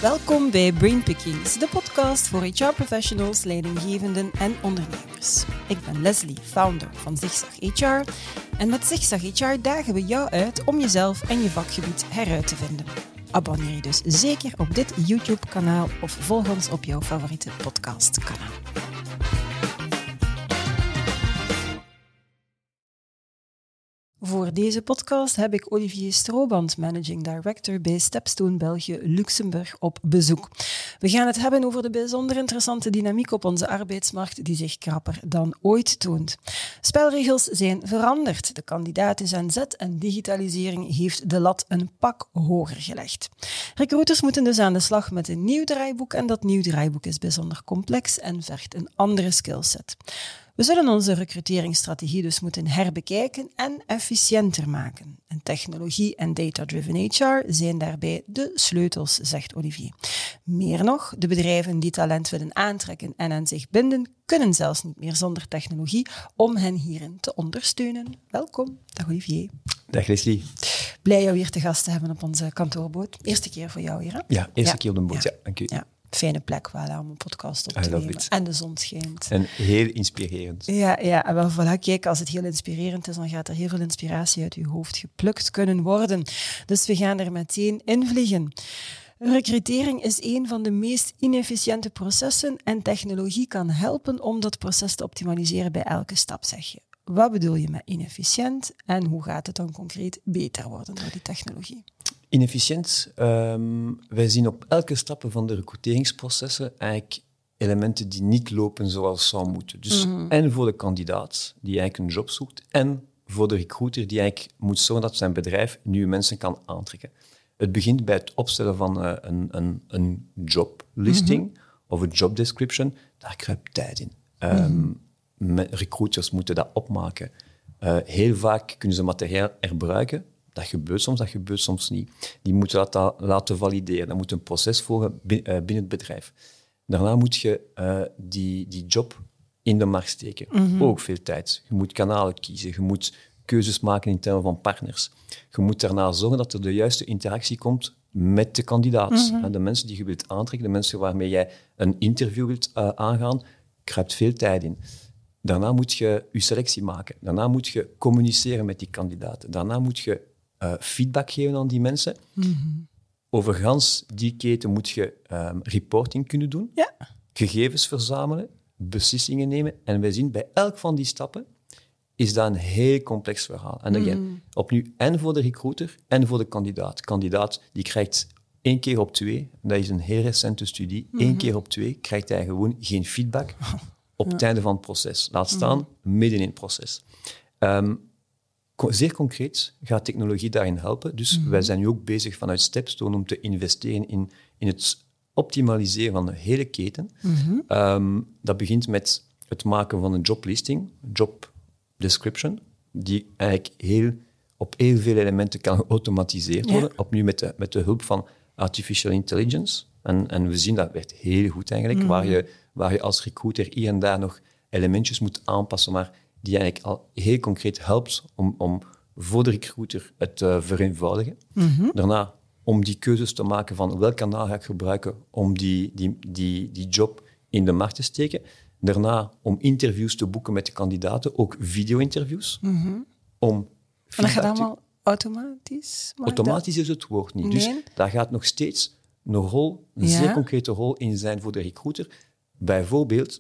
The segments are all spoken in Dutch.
Welkom bij Brainpickings, de podcast voor HR-professionals, leidinggevenden en ondernemers. Ik ben Leslie, founder van Zigzag HR. En met Zigzag HR dagen we jou uit om jezelf en je vakgebied heruit te vinden. Abonneer je dus zeker op dit YouTube-kanaal of volg ons op jouw favoriete podcastkanaal. Voor deze podcast heb ik Olivier Strooband, Managing Director bij Stepstone België Luxemburg, op bezoek. We gaan het hebben over de bijzonder interessante dynamiek op onze arbeidsmarkt die zich krapper dan ooit toont. Spelregels zijn veranderd, de kandidaat is aan zet en digitalisering heeft de lat een pak hoger gelegd. Recruiters moeten dus aan de slag met een nieuw draaiboek en dat nieuw draaiboek is bijzonder complex en vergt een andere skillset. We zullen onze recruteringsstrategie dus moeten herbekijken en efficiënter maken. En technologie en data-driven HR zijn daarbij de sleutels, zegt Olivier. Meer nog, de bedrijven die talent willen aantrekken en aan zich binden, kunnen zelfs niet meer zonder technologie om hen hierin te ondersteunen. Welkom, dag Olivier. Dag Leslie. Blij jou hier te gast te hebben op onze kantoorboot. Eerste keer voor jou hier, hè? Ja, eerste keer op de boot, ja. Dank u. Ja. Fijne plek wel om een podcast op te nemen. En de zon schijnt. En heel inspirerend. Ja, en wel, voilà, kijk, als het heel inspirerend is, dan gaat er heel veel inspiratie uit uw hoofd geplukt kunnen worden. Dus we gaan er meteen in vliegen. Recrutering is een van de meest inefficiënte processen en technologie kan helpen om dat proces te optimaliseren bij elke stap, zeg je. Wat bedoel je met inefficiënt en hoe gaat het dan concreet beter worden door die technologie? Inefficiënt. Wij zien op elke stap van de recruteringsprocessen eigenlijk elementen die niet lopen zoals zou moeten. Dus en voor de kandidaat die eigenlijk een job zoekt en voor de recruiter die eigenlijk moet zorgen dat zijn bedrijf nieuwe mensen kan aantrekken. Het begint bij het opstellen van een joblisting of een job description. Daar kruipt tijd in. Recruiters moeten dat opmaken. Heel vaak kunnen ze materiaal herbruiken. Dat gebeurt soms niet. Die moeten dat laten valideren. Dan moet een proces volgen binnen het bedrijf. Daarna moet je die job in de markt steken. Ook veel tijd. Je moet kanalen kiezen. Je moet keuzes maken in termen van partners. Je moet daarna zorgen dat er de juiste interactie komt met de kandidaat. De mensen die je wilt aantrekken, de mensen waarmee jij een interview wilt aangaan, kruipt veel tijd in. Daarna moet je je selectie maken. Daarna moet je communiceren met die kandidaten. Daarna moet je feedback geven aan die mensen. Over gans die keten moet je reporting kunnen doen, gegevens verzamelen, beslissingen nemen. En wij zien bij elk van die stappen is dat een heel complex verhaal. En opnieuw, en voor de recruiter en voor de kandidaat. De kandidaat die krijgt 1 keer op 2, dat is een heel recente studie, 1 keer op 2 krijgt hij gewoon geen feedback op het einde van het proces. Laat staan, midden in het proces. Zeer concreet gaat technologie daarin helpen. Dus wij zijn nu ook bezig vanuit Stepstone om te investeren in het optimaliseren van de hele keten. Dat begint met het maken van een joblisting, job description, die eigenlijk op heel veel elementen kan geautomatiseerd worden. Opnieuw met de hulp van artificial intelligence. En we zien dat werkt heel goed eigenlijk, waar je als recruiter hier en daar nog elementjes moet aanpassen, maar die eigenlijk al heel concreet helpt om voor de recruiter het te vereenvoudigen. Daarna om die keuzes te maken van welk kanaal ga ik gebruiken om die job in de markt te steken. Daarna om interviews te boeken met de kandidaten, ook video-interviews. En dat gaat allemaal automatisch? Automatisch is het woord niet. Dus daar gaat nog steeds een zeer concrete rol in zijn voor de recruiter. Bijvoorbeeld,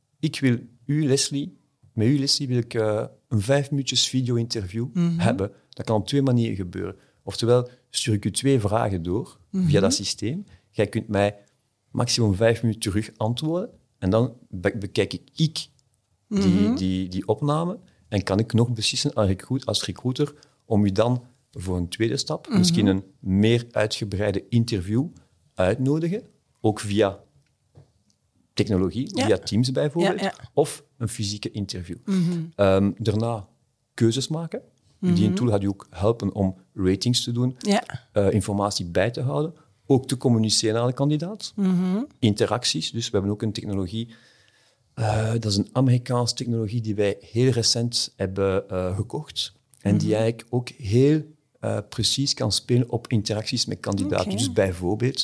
met u, Leslie, wil ik een 5 minuutjes video-interview hebben. Dat kan op 2 manieren gebeuren. Oftewel, stuur ik u 2 vragen door via dat systeem. Jij kunt mij maximum 5 minuten terug antwoorden. En dan bekijk ik die opname en kan ik nog beslissen als recruiter om u dan voor een tweede stap misschien een meer uitgebreide interview uitnodigen. Ook via technologie, via Teams bijvoorbeeld, of een fysieke interview. Daarna keuzes maken. Die tool gaat u ook helpen om ratings te doen, informatie bij te houden, ook te communiceren aan de kandidaat. Interacties, dus we hebben ook een technologie, dat is een Amerikaanse technologie die wij heel recent hebben gekocht en die eigenlijk ook heel precies kan spelen op interacties met kandidaten. Okay. Dus bijvoorbeeld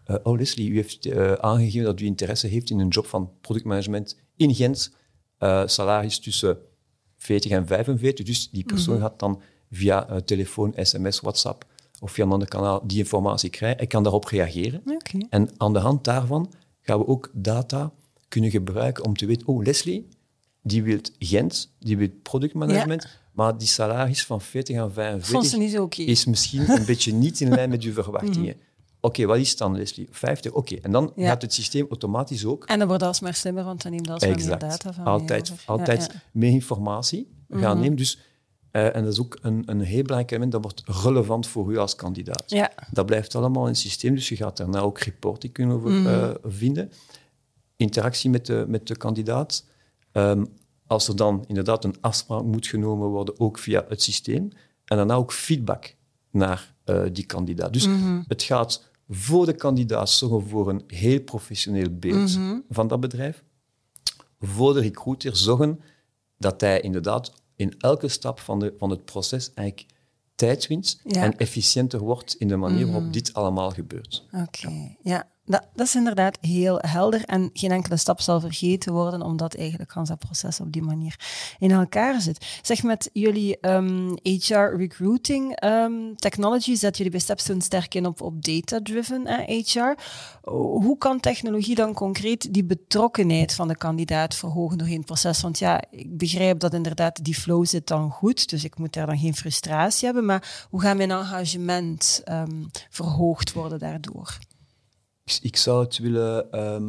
Leslie, u heeft aangegeven dat u interesse heeft in een job van productmanagement in Gent. Salaris tussen 40 en 45. Dus die persoon gaat dan via telefoon, sms, WhatsApp of via een ander kanaal die informatie krijgen. Hij kan daarop reageren. Okay. En aan de hand daarvan gaan we ook data kunnen gebruiken om te weten, Leslie, die wil Gent, die wil productmanagement, maar die salaris van 40 en 45 is misschien een beetje niet in lijn met uw verwachtingen. Oké, wat is het dan, Leslie? 50? Oké. En dan gaat het systeem automatisch ook... En dan wordt dat maar slimmer, want dan neemt dat meer data van altijd meer informatie gaan nemen. Dus, en dat is ook een heel belangrijk element, dat wordt relevant voor u als kandidaat. Ja. Dat blijft allemaal in het systeem, dus je gaat daarna ook reporting kunnen over vinden. Interactie met de kandidaat. Als er dan inderdaad een afspraak moet genomen worden, ook via het systeem. En daarna ook feedback naar die kandidaat. Dus het gaat voor de kandidaat zorgen voor een heel professioneel beeld van dat bedrijf. Voor de recruiter zorgen dat hij inderdaad in elke stap van het proces eigenlijk tijd wint en efficiënter wordt in de manier waarop dit allemaal gebeurt. Oké, ja. Dat is inderdaad heel helder en geen enkele stap zal vergeten worden, omdat eigenlijk dat proces op die manier in elkaar zit. Zeg, met jullie HR recruiting technology zetten jullie bij Stepstone sterk in op data-driven HR. Hoe kan technologie dan concreet die betrokkenheid van de kandidaat verhogen doorheen het proces? Want ja, ik begrijp dat inderdaad die flow zit dan goed, dus ik moet daar dan geen frustratie hebben, maar hoe gaat mijn engagement verhoogd worden daardoor? Ik zou het willen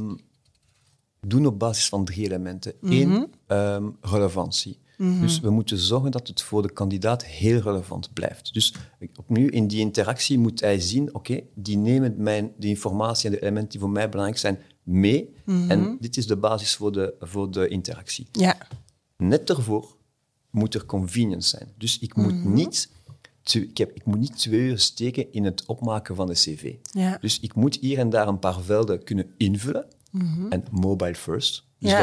doen op basis van 3 elementen. 1, relevantie. Dus we moeten zorgen dat het voor de kandidaat heel relevant blijft. Dus opnieuw, in die interactie moet hij zien, oké, die nemen de informatie en de elementen die voor mij belangrijk zijn mee. En dit is de basis voor de interactie. Ja. Net daarvoor moet er convenience zijn. Dus ik moet niet... Ik moet niet 2 uur steken in het opmaken van de cv. Ja. Dus ik moet hier en daar een paar velden kunnen invullen. En mobile first. Dus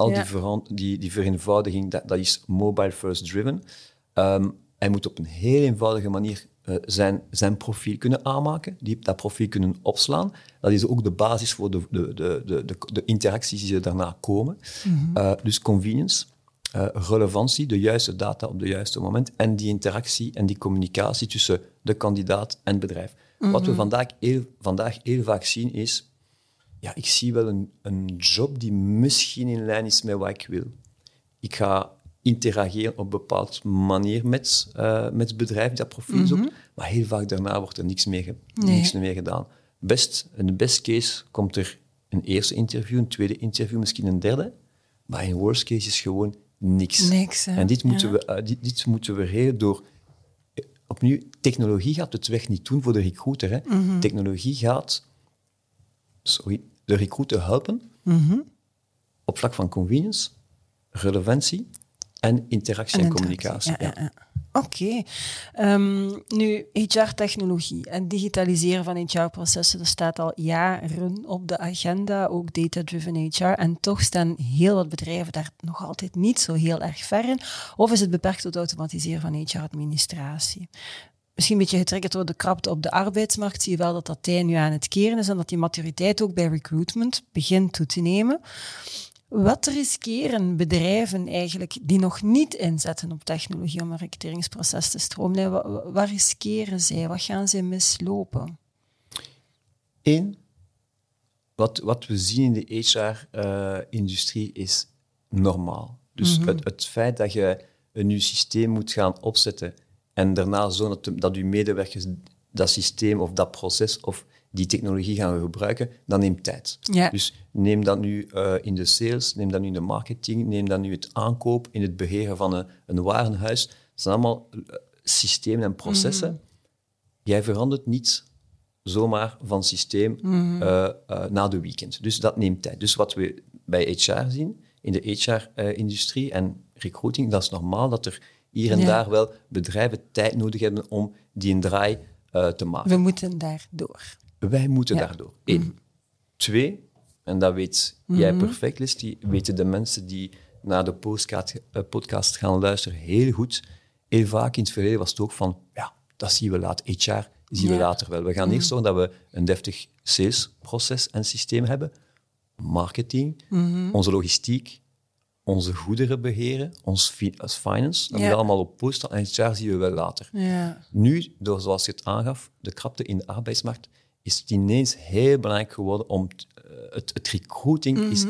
die vereenvoudiging, dat is mobile first driven. Hij moet op een heel eenvoudige manier zijn profiel kunnen aanmaken, dat profiel kunnen opslaan. Dat is ook de basis voor de interacties die er daarna komen. Dus convenience. Relevantie, de juiste data op het juiste moment en die interactie en die communicatie tussen de kandidaat en het bedrijf. Wat we vandaag heel vaak zien is, ik zie wel een job die misschien in lijn is met wat ik wil. Ik ga interageren op een bepaalde manier met het bedrijf dat profiel zoekt, maar heel vaak daarna wordt er niks meer gedaan. In de best case komt er een eerste interview, een tweede interview, misschien een derde, maar in worst case is gewoon niks. En dit moeten we regelen door... Opnieuw, technologie gaat het weg niet doen voor de recruiter. Hè. Technologie gaat de recruiter helpen op vlak van convenience, relevantie en interactie en communicatie. Oké. Nu, HR-technologie en digitaliseren van HR-processen, dat staat al jaren op de agenda, ook data-driven HR. En toch staan heel wat bedrijven daar nog altijd niet zo heel erg ver in. Of is het beperkt tot automatiseren van HR-administratie? Misschien een beetje getriggerd door de krapte op de arbeidsmarkt, zie je wel dat dat tij nu aan het keren is en dat die maturiteit ook bij recruitment begint toe te nemen. Wat riskeren bedrijven eigenlijk die nog niet inzetten op technologie om een recruteringsproces te stroomlijnen? Wat riskeren zij? Wat gaan zij mislopen? 1, wat we zien in de HR-industrie is normaal. Dus het feit dat je een nieuw systeem moet gaan opzetten en daarna zorgen dat je medewerkers dat systeem of dat proces of die technologie gaan gebruiken, dat neemt tijd. Ja. Dus neem dat nu in de sales, neem dat nu in de marketing, neem dat nu het aankoop, in het beheren van een warenhuis. Dat zijn allemaal systemen en processen. Jij verandert niet zomaar van systeem na de weekend. Dus dat neemt tijd. Dus wat we bij HR zien, in de HR-industrie en recruiting, dat is normaal dat er hier en daar wel bedrijven tijd nodig hebben om die een draai te maken. We moeten daardoor. Wij moeten daardoor. 1. 2, en dat weet jij perfect, Liz, die weten de mensen die naar de podcast gaan luisteren heel goed. Heel vaak in het verleden was het ook van, dat zien we laat. HR zien we later wel. We gaan eerst zorgen dat we een deftig salesproces en systeem hebben, marketing, onze logistiek, onze goederen beheren, ons finance. Dat moet allemaal op post staan en HR zien we wel later. Ja. Nu, door zoals je het aangaf, de krapte in de arbeidsmarkt, is het ineens heel belangrijk geworden om... Het recruiting is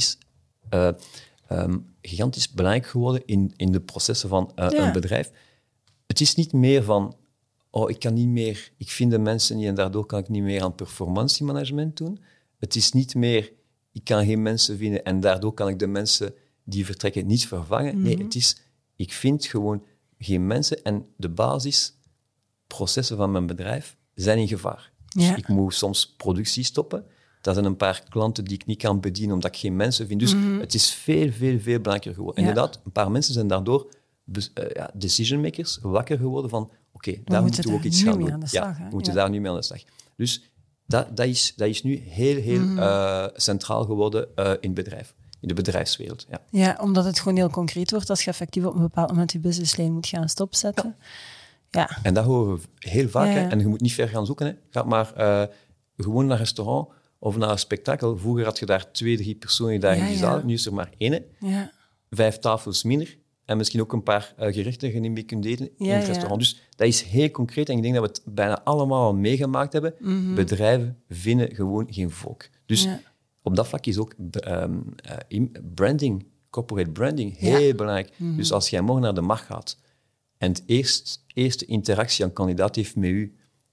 gigantisch belangrijk geworden in de processen van een bedrijf. Het is niet meer van, ik vind de mensen niet en daardoor kan ik niet meer aan performance management doen. Het is niet meer, ik kan geen mensen vinden en daardoor kan ik de mensen die vertrekken niet vervangen. Nee, het is, ik vind gewoon geen mensen en de basisprocessen van mijn bedrijf zijn in gevaar. Dus ik moet soms productie stoppen. Dat zijn een paar klanten die ik niet kan bedienen omdat ik geen mensen vind. Dus het is veel, veel, veel belangrijker geworden. Inderdaad, een paar mensen zijn daardoor decision makers wakker geworden van daar moeten we ook iets gaan doen. We moeten daar nu mee aan de slag. Dus dat is nu heel, heel centraal geworden in het bedrijf. In de bedrijfswereld. Ja, omdat het gewoon heel concreet wordt als je effectief op een bepaald moment je businesslijn moet gaan stopzetten. Ja. En dat horen we heel vaak. Hè? En je moet niet ver gaan zoeken. Hè? Ga maar gewoon naar een restaurant of naar een spektakel. Vroeger had je daar 2, 3 personen daar in die zaal. Nu is er maar 1. 5 tafels minder. En misschien ook een paar gerechten die je niet mee kunt eten in het restaurant. Dus dat is heel concreet. En ik denk dat we het bijna allemaal al meegemaakt hebben. Bedrijven vinden gewoon geen volk. Dus op dat vlak is ook branding, corporate branding, heel belangrijk. Dus als jij morgen naar de markt gaat en het eerste interactie aan kandidaat heeft met u,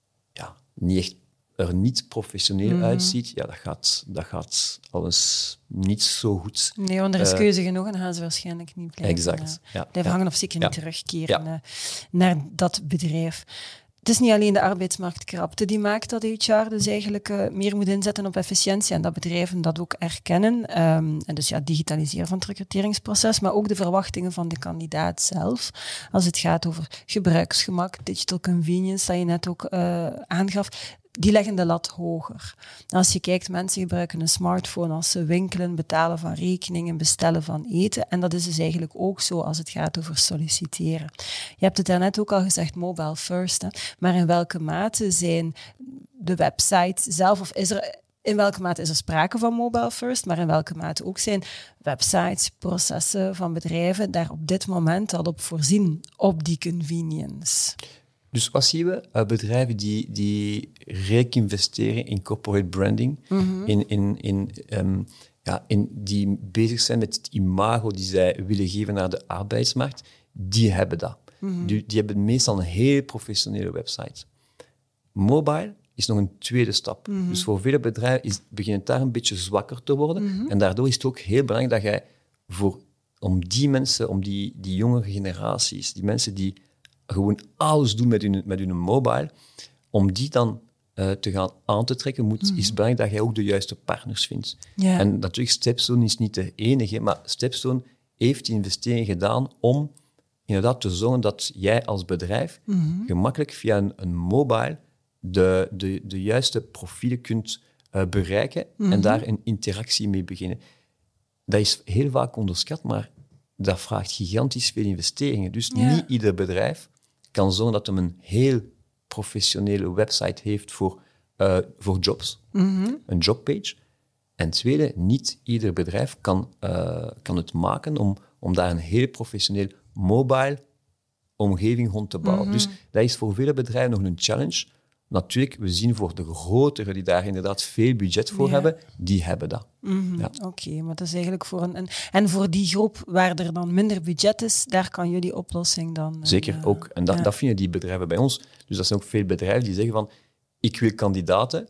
niet professioneel uitziet, dat gaat alles niet zo goed. Nee, want er is keuze genoeg en gaan ze waarschijnlijk niet blijven, blijven hangen of zeker niet terugkeren naar dat bedrijf. Het is niet alleen de arbeidsmarktkrapte die maakt dat HR dus eigenlijk meer moet inzetten op efficiëntie en dat bedrijven dat ook erkennen. En dus digitaliseren van het recruteringsproces, maar ook de verwachtingen van de kandidaat zelf. Als het gaat over gebruiksgemak, digital convenience, dat je net ook aangaf. Die leggen de lat hoger. Als je kijkt, mensen gebruiken een smartphone als ze winkelen, betalen van rekeningen, bestellen van eten. En dat is dus eigenlijk ook zo als het gaat over solliciteren. Je hebt het daarnet ook al gezegd, mobile first. Hè? Maar in welke mate zijn de websites zelf, of in welke mate is er sprake van mobile first, maar in welke mate ook zijn websites, processen van bedrijven daar op dit moment al op voorzien, op die convenience? Dus wat zien we? Bedrijven die rijk investeren in corporate branding, die bezig zijn met het imago die zij willen geven naar de arbeidsmarkt, die hebben dat. Die hebben meestal een heel professionele website. Mobile is nog een tweede stap. Dus voor vele bedrijven begint het daar een beetje zwakker te worden. En daardoor is het ook heel belangrijk dat jij om die mensen, om die jongere generaties, die mensen die gewoon alles doen met hun mobile, om die dan te gaan aan te trekken, is belangrijk dat jij ook de juiste partners vindt. Ja. En natuurlijk, Stepstone is niet de enige, maar Stepstone heeft die investering gedaan om inderdaad te zorgen dat jij als bedrijf gemakkelijk via een mobile de juiste profielen kunt bereiken en daar een interactie mee beginnen. Dat is heel vaak onderschat, maar dat vraagt gigantisch veel investeringen. Dus niet ieder bedrijf kan zorgen dat hij een heel professionele website heeft voor jobs, een jobpage. En tweede, niet ieder bedrijf kan het maken om daar een heel professioneel mobile omgeving rond te bouwen. Dus dat is voor vele bedrijven nog een challenge. Natuurlijk, we zien voor de grotere die daar inderdaad veel budget voor hebben, die hebben dat. Oké, maar dat is eigenlijk voor en voor die groep waar er dan minder budget is, daar kan jullie oplossing dan... Zeker, ook. En dat vinden die bedrijven bij ons. Dus dat zijn ook veel bedrijven die zeggen van, ik wil kandidaten,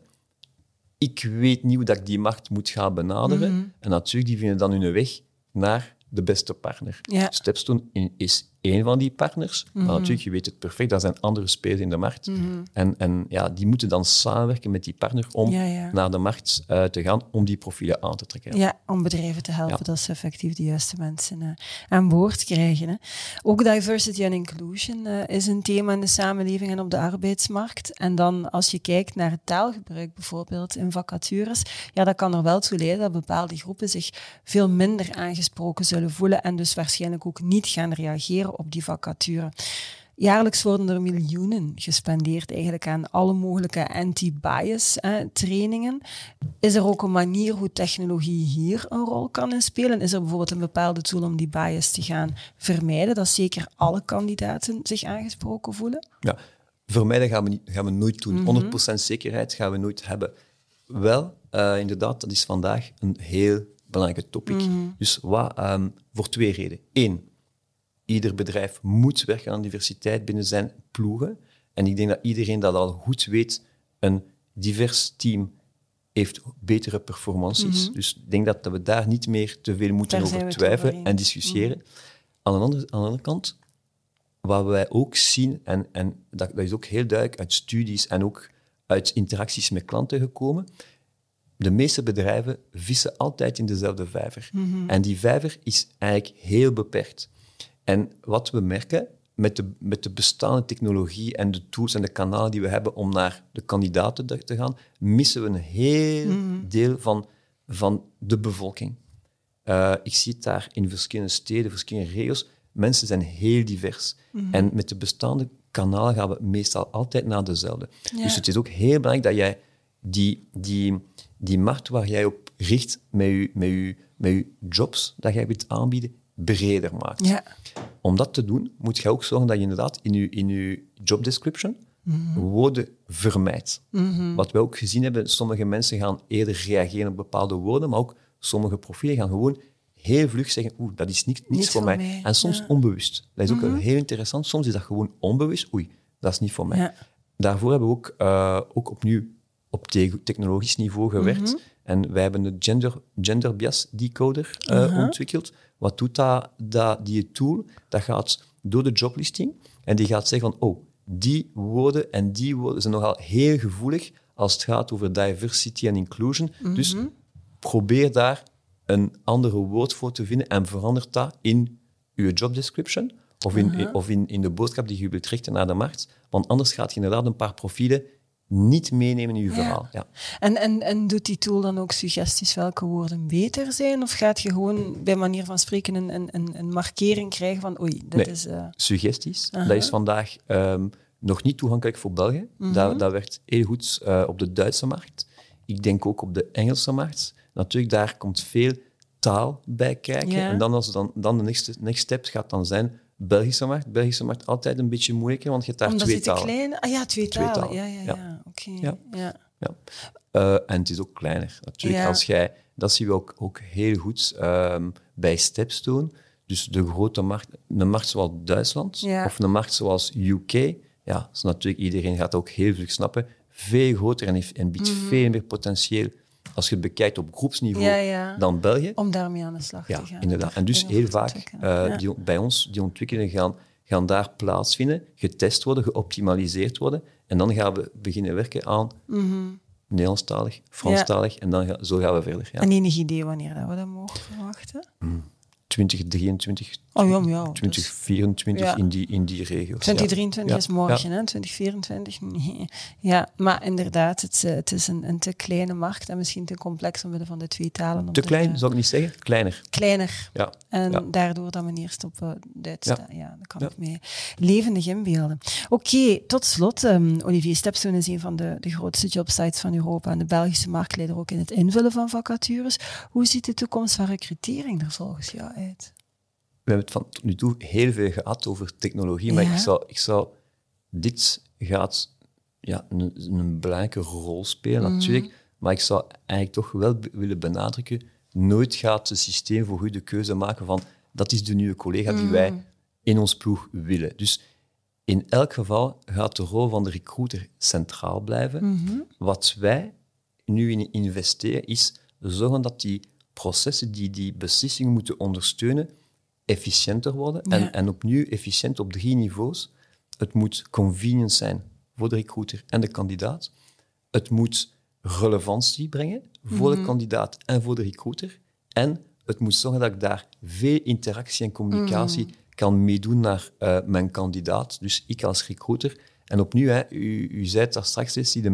ik weet niet hoe dat ik die markt moet gaan benaderen. En natuurlijk, die vinden dan hun weg naar de beste partner. Ja. Stepstone is één van die partners, maar natuurlijk, je weet het perfect, dat zijn andere spelers in de markt. En die moeten dan samenwerken met die partner om naar de markt te gaan, om die profielen aan te trekken. Ja, om bedrijven te helpen dat ze effectief de juiste mensen aan boord krijgen. Hè. Ook diversity en inclusion is een thema in de samenleving en op de arbeidsmarkt. En dan, als je kijkt naar het taalgebruik bijvoorbeeld in vacatures, dat kan er wel toe leiden dat bepaalde groepen zich veel minder aangesproken zullen voelen en dus waarschijnlijk ook niet gaan reageren op die vacature. Jaarlijks worden er miljoenen gespendeerd eigenlijk aan alle mogelijke anti-bias trainingen. Is er ook een manier hoe technologie hier een rol kan in spelen? Is er bijvoorbeeld een bepaalde tool om die bias te gaan vermijden, dat zeker alle kandidaten zich aangesproken voelen? Ja, vermijden gaan we nooit doen. 100% zekerheid gaan we nooit hebben. Wel, inderdaad, dat is vandaag een heel belangrijke topic. Dus voor 2 redenen. 1, ieder bedrijf moet werken aan diversiteit binnen zijn ploegen. En ik denk dat iedereen dat al goed weet. Een divers team heeft betere performances. Dus ik denk dat we daar niet meer te veel moeten over twijfelen en discussiëren. Aan de andere kant, wat wij ook zien, en dat is ook heel duidelijk uit studies en ook uit interacties met klanten gekomen, de meeste bedrijven vissen altijd in dezelfde vijver. En die vijver is eigenlijk heel beperkt. En wat we merken, met de bestaande technologie en de tools en de kanalen die we hebben om naar de kandidaten te gaan, missen we een heel deel van de bevolking. Ik zie het daar in verschillende steden, verschillende regio's. Mensen zijn heel divers. En met de bestaande kanalen gaan we meestal altijd naar dezelfde. Ja. Dus het is ook heel belangrijk dat jij die markt waar jij op richt met je jobs, dat jij wilt aanbieden, breder maakt. Ja. Om dat te doen, moet je ook zorgen dat je inderdaad in je job description woorden vermijdt. Wat we ook gezien hebben, sommige mensen gaan eerder reageren op bepaalde woorden, maar ook sommige profielen gaan gewoon heel vlug zeggen, dat is niks voor mij. En soms onbewust. Dat is ook heel interessant. Soms is dat gewoon onbewust. Dat is niet voor mij. Ja. Daarvoor hebben we ook opnieuw op technologisch niveau gewerkt. En wij hebben de gender bias decoder ontwikkeld. Wat doet die tool? Dat gaat door de joblisting en die gaat zeggen van, die woorden en die woorden zijn nogal heel gevoelig als het gaat over diversity en inclusion. Dus probeer daar een andere woord voor te vinden en verander dat in je job description of in de boodschap die je wilt richten naar de markt. Want anders gaat je inderdaad een paar profielen niet meenemen in je verhaal. Ja. En doet die tool dan ook suggesties welke woorden beter zijn? Of gaat je gewoon bij manier van spreken een markering krijgen van dit is... Suggesties. Dat is vandaag nog niet toegankelijk voor België. Dat werkt heel goed op de Duitse markt. Ik denk ook op de Engelse markt. Natuurlijk, daar komt veel taal bij kijken. Ja. En dan de next step gaat dan zijn Belgische markt. Belgische markt altijd een beetje moeilijker, want je hebt daar 2 talen. Twee talen. Ja. Oké. Ja. En het is ook kleiner. Natuurlijk, dat zien we ook heel goed bij Stepstone. Dus de grote markt, een markt zoals Duitsland of een markt zoals UK, dus natuurlijk iedereen gaat ook heel veel snappen. Veel groter en biedt veel meer potentieel als je het bekijkt op groepsniveau dan België. Om daarmee aan de slag te gaan. Ja, inderdaad. En dus heel vaak, bij ons, die ontwikkelingen gaan daar plaatsvinden, getest worden, geoptimaliseerd worden. En dan gaan we beginnen werken aan Nederlandstalig, Franstalig. En zo gaan we verder. Ja. En enig idee wanneer dat we dat mogen verwachten? 2023, 2024 in die regio's. 2023 is morgen, hè? 2024 nee. Ja, maar inderdaad, het is een te kleine markt en misschien te complex omwille van de 2 talen. Te klein, zou ik niet zeggen. Kleiner. Ja. En daardoor dat men eerst op Duits staat. Ja, dat kan ik mij levendig inbeelden. Oké, tot slot. Olivier Stepstone is een van de grootste jobsites van Europa en de Belgische marktleider ook in het invullen van vacatures. Hoe ziet de toekomst van recrutering er volgens jou uit? We hebben het van tot nu toe heel veel gehad over technologie, maar dit gaat een belangrijke rol spelen natuurlijk, maar ik zou eigenlijk toch wel willen benadrukken, nooit gaat het systeem voor u de keuze maken van dat is de nieuwe collega die wij in ons ploeg willen. Dus in elk geval gaat de rol van de recruiter centraal blijven. Wat wij nu in investeren is zorgen dat die processen die beslissingen moeten ondersteunen, efficiënter worden. En opnieuw efficiënt op 3 niveaus. Het moet convenient zijn voor de recruiter en de kandidaat. Het moet relevantie brengen voor de kandidaat en voor de recruiter. En het moet zorgen dat ik daar veel interactie en communicatie kan meedoen naar mijn kandidaat. Dus ik als recruiter. En opnieuw, u zei het daar straks,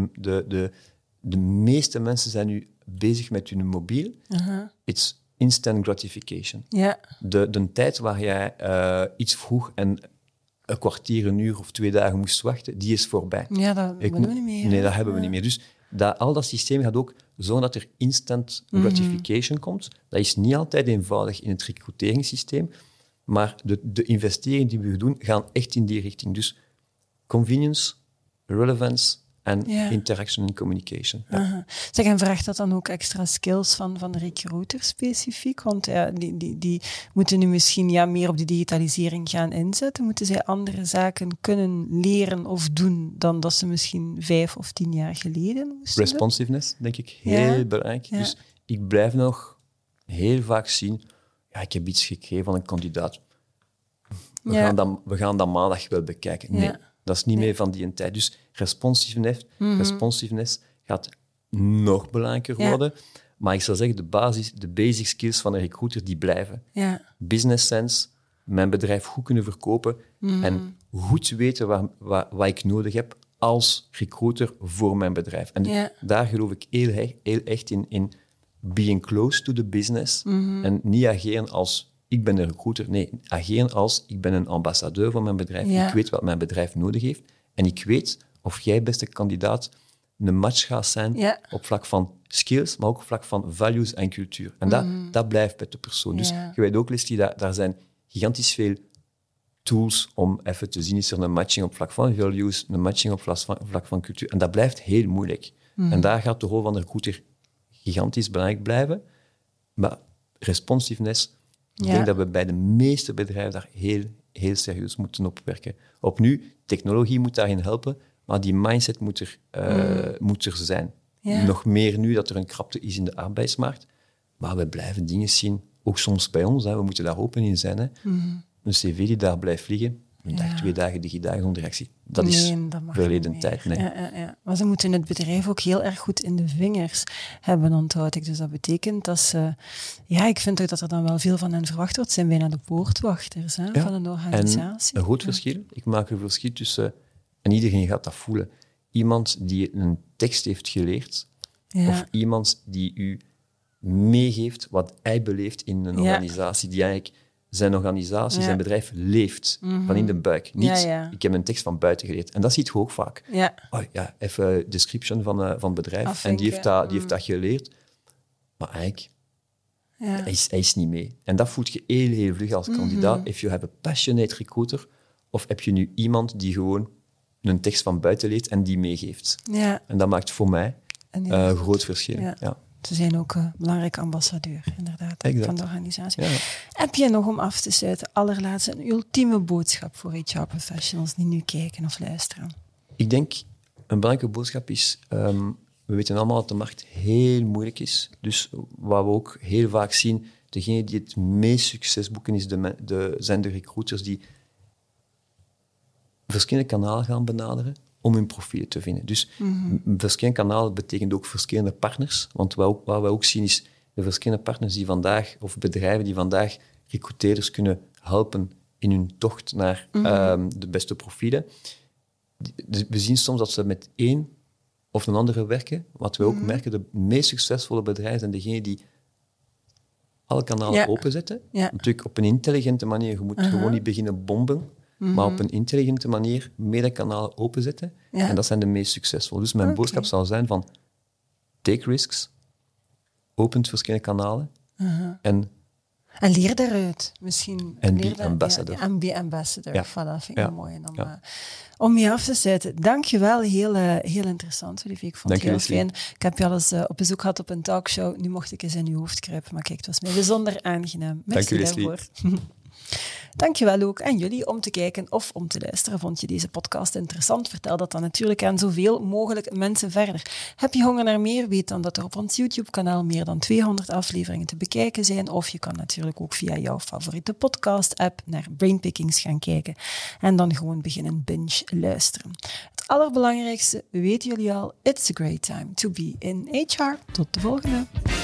de meeste mensen zijn nu bezig met hun mobiel. It's instant gratification. De tijd waar jij iets vroeg en een kwartier, een uur of 2 dagen moest wachten, die is voorbij. Ja, dat hebben we niet meer. Nee, dat hebben we niet meer. Dus al dat systeem gaat ook zorgen dat er instant gratification komt. Dat is niet altijd eenvoudig in het recruteringssysteem, maar de investeringen die we doen, gaan echt in die richting. Dus convenience, relevance en interaction en communication. Ja. Zeg, en vraagt dat dan ook extra skills van de recruiter specifiek? Want die moeten nu misschien meer op de digitalisering gaan inzetten. Moeten zij andere zaken kunnen leren of doen dan dat ze misschien 5 of 10 jaar geleden moesten? Responsiveness, denk ik, heel belangrijk. Ja. Dus ik blijf nog heel vaak zien, ik heb iets gekregen van een kandidaat. We gaan dat maandag wel bekijken. Nee. Dat is niet meer van die tijd. Dus responsiveness gaat nog belangrijker worden. Maar ik zou zeggen, de basic skills van een recruiter, die blijven. Ja. Business sense, mijn bedrijf goed kunnen verkopen en goed weten wat ik nodig heb als recruiter voor mijn bedrijf. En daar geloof ik heel echt in being close to the business en niet ageren als ik ben een recruiter. Nee, ageren als ik ben een ambassadeur van mijn bedrijf. Ja. Ik weet wat mijn bedrijf nodig heeft. En ik weet of jij, beste kandidaat, een match gaat zijn op vlak van skills, maar ook op vlak van values en cultuur. En dat blijft met de persoon. Dus je weet ook, Leslie, daar zijn gigantisch veel tools om even te zien, is er een matching op vlak van values, een matching op vlak van cultuur. En dat blijft heel moeilijk. En daar gaat de rol van de recruiter gigantisch belangrijk blijven. Maar responsiveness... Ik denk dat we bij de meeste bedrijven daar heel serieus moeten op werken. Opnieuw, technologie moet daarin helpen, maar die mindset moet er zijn. Ja. Nog meer nu dat er een krapte is in de arbeidsmarkt. Maar we blijven dingen zien, ook soms bij ons. We moeten daar open in zijn. Hè. Een cv die daar blijft liggen, een dag, 2 dagen, 3 dagen zonder reactie. Dat is verleden tijd. Nee. Ja. Maar ze moeten het bedrijf ook heel erg goed in de vingers hebben, onthoud ik. Dus dat betekent dat ze... Ja, ik vind ook dat er dan wel veel van hen verwacht wordt. Het zijn bijna de poortwachters van een organisatie. En een groot verschil. Ik maak een verschil tussen... En iedereen gaat dat voelen. Iemand die een tekst heeft geleerd, of iemand die u meegeeft wat hij beleeft in een organisatie, die eigenlijk... Zijn organisatie, zijn bedrijf leeft van in de buik. Niet, ik heb een tekst van buiten geleerd. En dat ziet je ook vaak. Ja. Even description van het bedrijf. Afvinken. En die heeft dat geleerd. Maar eigenlijk, hij is niet mee. En dat voelt je heel vlug als kandidaat. If you have a passionate recruiter, of heb je nu iemand die gewoon een tekst van buiten leert en die meegeeft. Ja. En dat maakt voor mij een groot verschil. Ja. Ze zijn ook een belangrijke ambassadeur, inderdaad, van de organisatie. Ja. Heb je nog, om af te sluiten, allerlaatst een ultieme boodschap voor HR-professionals die nu kijken of luisteren? Ik denk, een belangrijke boodschap is, we weten allemaal dat de markt heel moeilijk is. Dus wat we ook heel vaak zien, degene die het meest succes boeken, zijn de recruiters die verschillende kanalen gaan benaderen om hun profielen te vinden. Dus verschillende kanalen betekent ook verschillende partners. Want wat we ook zien is de verschillende partners die vandaag, of bedrijven die vandaag recruiteurs kunnen helpen in hun tocht naar de beste profielen. We zien soms dat ze met één of een andere werken. Wat we ook merken, de meest succesvolle bedrijven zijn degenen die alle kanalen openzetten. Ja. Natuurlijk op een intelligente manier. Je moet gewoon niet beginnen bomben. Maar op een intelligente manier meerdere kanalen openzetten. Ja. En dat zijn de meest succesvolle. Dus mijn boodschap zal zijn van take risks, opent verschillende kanalen en leer daaruit. Misschien. En be ambassador. En be ambassador. Ja. Dat vind ik mooi. Om je af te sluiten, dank je wel. Heel interessant, Olivier. Ik vond het heel fijn. Ik heb je al eens op bezoek gehad op een talkshow. Nu mocht ik eens in je hoofd kruipen. Maar kijk, het was mij bijzonder aangenaam. Merci daarvoor. Dankjewel ook aan jullie om te kijken of om te luisteren. Vond je deze podcast interessant? Vertel dat dan natuurlijk aan zoveel mogelijk mensen verder. Heb je honger naar meer? Weet dan dat er op ons YouTube-kanaal meer dan 200 afleveringen te bekijken zijn. Of je kan natuurlijk ook via jouw favoriete podcast-app naar Brainpickings gaan kijken. En dan gewoon beginnen binge luisteren. Het allerbelangrijkste, weten jullie al, it's a great time to be in HR. Tot de volgende!